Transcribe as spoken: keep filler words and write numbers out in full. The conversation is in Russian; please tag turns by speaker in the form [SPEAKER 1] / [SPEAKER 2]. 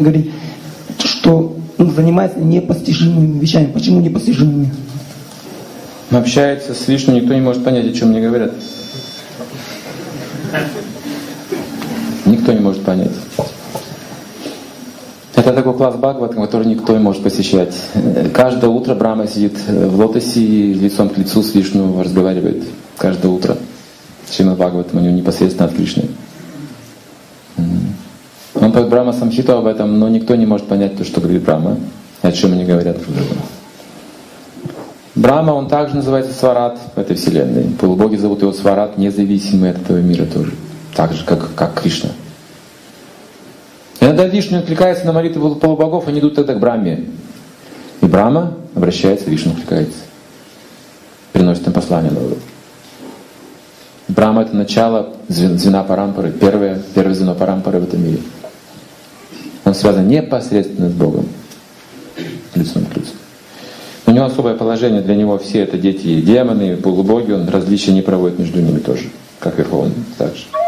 [SPEAKER 1] говорит, что он занимается непостижимыми вещами. Почему непостижимыми?
[SPEAKER 2] Общается с Вишну, никто не может понять, о чем мне говорят. Никто не может понять. Это такой класс Бхагаватам, который никто не может посещать. Каждое утро Брахма сидит в лотосе и лицом к лицу с Вишну разговаривает. Каждое утро. Шримад Бхагаватам у него непосредственно от Кришны. Он поет Брахма Самхиту об этом, но никто не может понять то, что говорит Брахма, о чем они говорят. Брахма, он также называется Сварат в этой вселенной. Полубоги зовут его Сварат, независимый от этого мира тоже. Так же, как, как Кришна. Иногда Вишну откликается на молитвы полубогов, они идут тогда к Брахме. И Брахма обращается, Вишну откликается. Приносит им послание новое. Брахма — это начало звена Парампары, первое, первое звено Парампары в этом мире. Он связан непосредственно с Богом, лицом к лицу. У него особое положение, для него все это дети и демоны, и полубоги, он различия не проводит между ними тоже, как Верховный также.